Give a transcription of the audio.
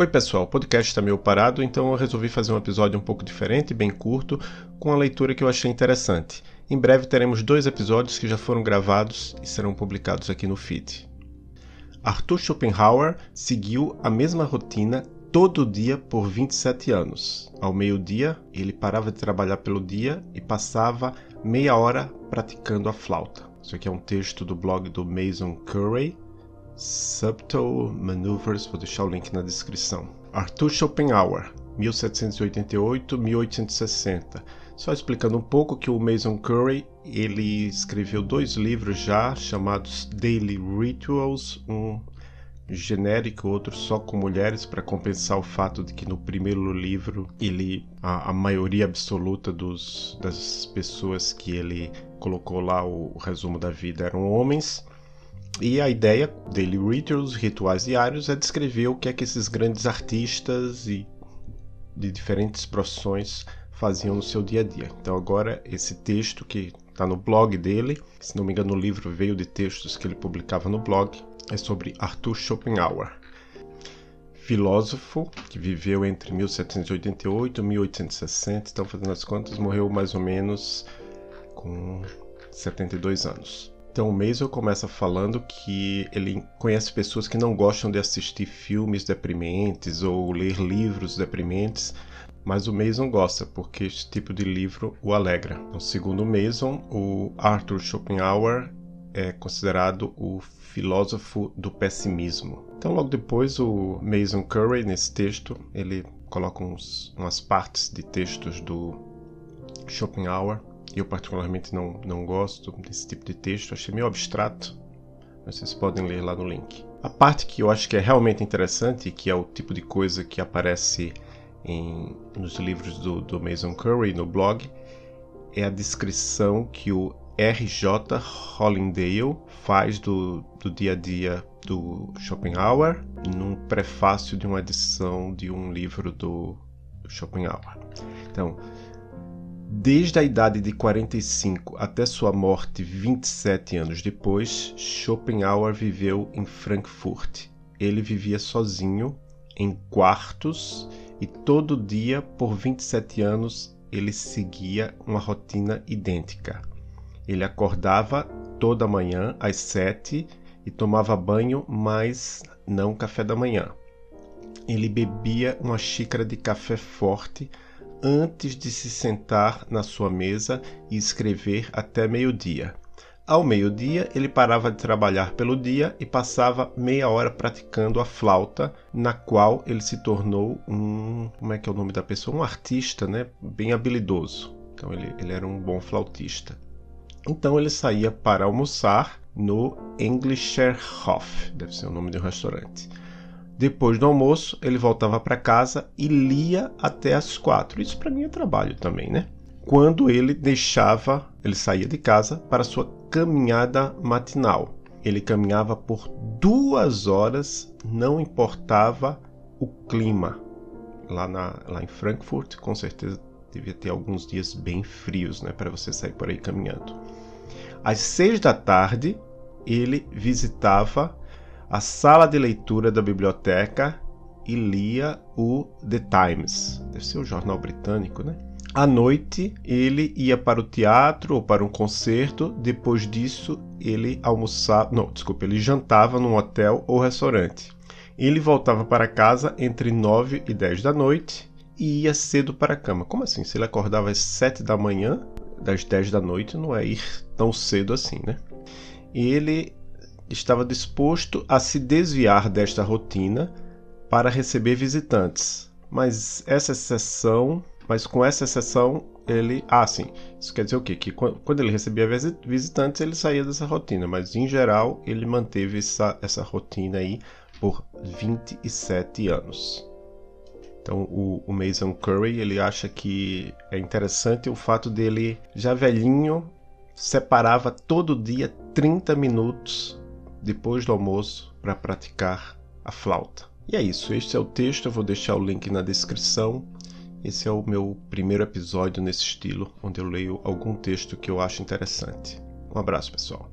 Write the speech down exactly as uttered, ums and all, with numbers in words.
Oi pessoal, o podcast está meio parado, então eu resolvi fazer um episódio um pouco diferente, bem curto, com uma leitura que eu achei interessante. Em breve teremos dois episódios que já foram gravados e serão publicados aqui no feed. Arthur Schopenhauer seguiu a mesma rotina todo dia por vinte e sete anos. Ao meio-dia, ele parava de trabalhar pelo dia e passava meia hora praticando a flauta. Isso aqui é um texto do blog do Mason Currey, Subtle Maneuvers, vou deixar o link na descrição. Arthur Schopenhauer, mil setecentos e oitenta e oito a mil oitocentos e sessenta. Só explicando um pouco que o Mason Currey, ele escreveu dois livros já, chamados Daily Rituals, um genérico, outro só com mulheres, para compensar o fato de que no primeiro livro ele a, a maioria absoluta dos, das pessoas que ele colocou lá o, o resumo da vida eram homens. E a ideia, Daily Rituals, rituais diários, é descrever o que é que esses grandes artistas e de diferentes profissões faziam no seu dia a dia. Então agora esse texto que está no blog dele, se não me engano o livro veio de textos que ele publicava no blog, é sobre Arthur Schopenhauer, filósofo que viveu entre mil setecentos e oitenta e oito e mil oitocentos e sessenta, então fazendo as contas, morreu mais ou menos com setenta e dois anos. Então o Mason começa falando que ele conhece pessoas que não gostam de assistir filmes deprimentes ou ler livros deprimentes, mas o Mason gosta, porque esse tipo de livro o alegra. Então, segundo o Mason, o Arthur Schopenhauer é considerado o filósofo do pessimismo. Então logo depois o Mason Currey, nesse texto, ele coloca uns, umas partes de textos do Schopenhauer. Eu particularmente não, não gosto desse tipo de texto, achei meio abstrato, mas vocês podem ler lá no link. A parte que eu acho que é realmente interessante, que é o tipo de coisa que aparece em, nos livros do, do Mason Currey, no blog, é a descrição que o R J Hollingdale faz do, do dia a dia do Schopenhauer, num prefácio de uma edição de um livro do, do Schopenhauer. Então, desde a idade de quarenta e cinco até sua morte vinte e sete anos depois, Schopenhauer viveu em Frankfurt. Ele vivia sozinho, em quartos, e todo dia, por vinte e sete anos, ele seguia uma rotina idêntica. Ele acordava toda manhã às sete e tomava banho, mas não café da manhã. Ele bebia uma xícara de café forte antes de se sentar na sua mesa e escrever até meio-dia. Ao meio-dia, ele parava de trabalhar pelo dia e passava meia hora praticando a flauta, na qual ele se tornou um... como é que é o nome da pessoa? Um artista, né? Bem habilidoso. Então ele, ele era um bom flautista. Então ele saía para almoçar no Englischer Hof, deve ser o nome de um restaurante. Depois do almoço, ele voltava para casa e lia até às quatro. Isso para mim é trabalho também, né? Quando ele deixava, ele saía de casa para sua caminhada matinal. Ele caminhava por duas horas, não importava o clima. Lá, na, lá em Frankfurt, com certeza, devia ter alguns dias bem frios, né? Para você sair por aí caminhando. Às seis da tarde, ele visitava a sala de leitura da biblioteca e lia o The Times. Deve ser o jornal britânico, né? À noite, ele ia para o teatro ou para um concerto. Depois disso, ele almoçava... Não, desculpa, ele jantava num hotel ou restaurante. Ele voltava para casa entre nove e dez da noite e ia cedo para a cama. Como assim? Se ele acordava às sete da manhã, das dez da noite, não é ir tão cedo assim, né? Ele estava disposto a se desviar desta rotina para receber visitantes. Mas essa exceção, mas com essa exceção, ele... Ah, sim, isso quer dizer o quê? Que quando ele recebia visitantes, ele saía dessa rotina, mas em geral, ele manteve essa, essa rotina aí por vinte e sete anos. Então o, o Mason Currey, ele acha que é interessante o fato dele, já velhinho, separava todo dia trinta minutos depois do almoço para praticar a flauta. E é isso, este é o texto, eu vou deixar o link na descrição. Esse é o meu primeiro episódio nesse estilo, onde eu leio algum texto que eu acho interessante. Um abraço, pessoal.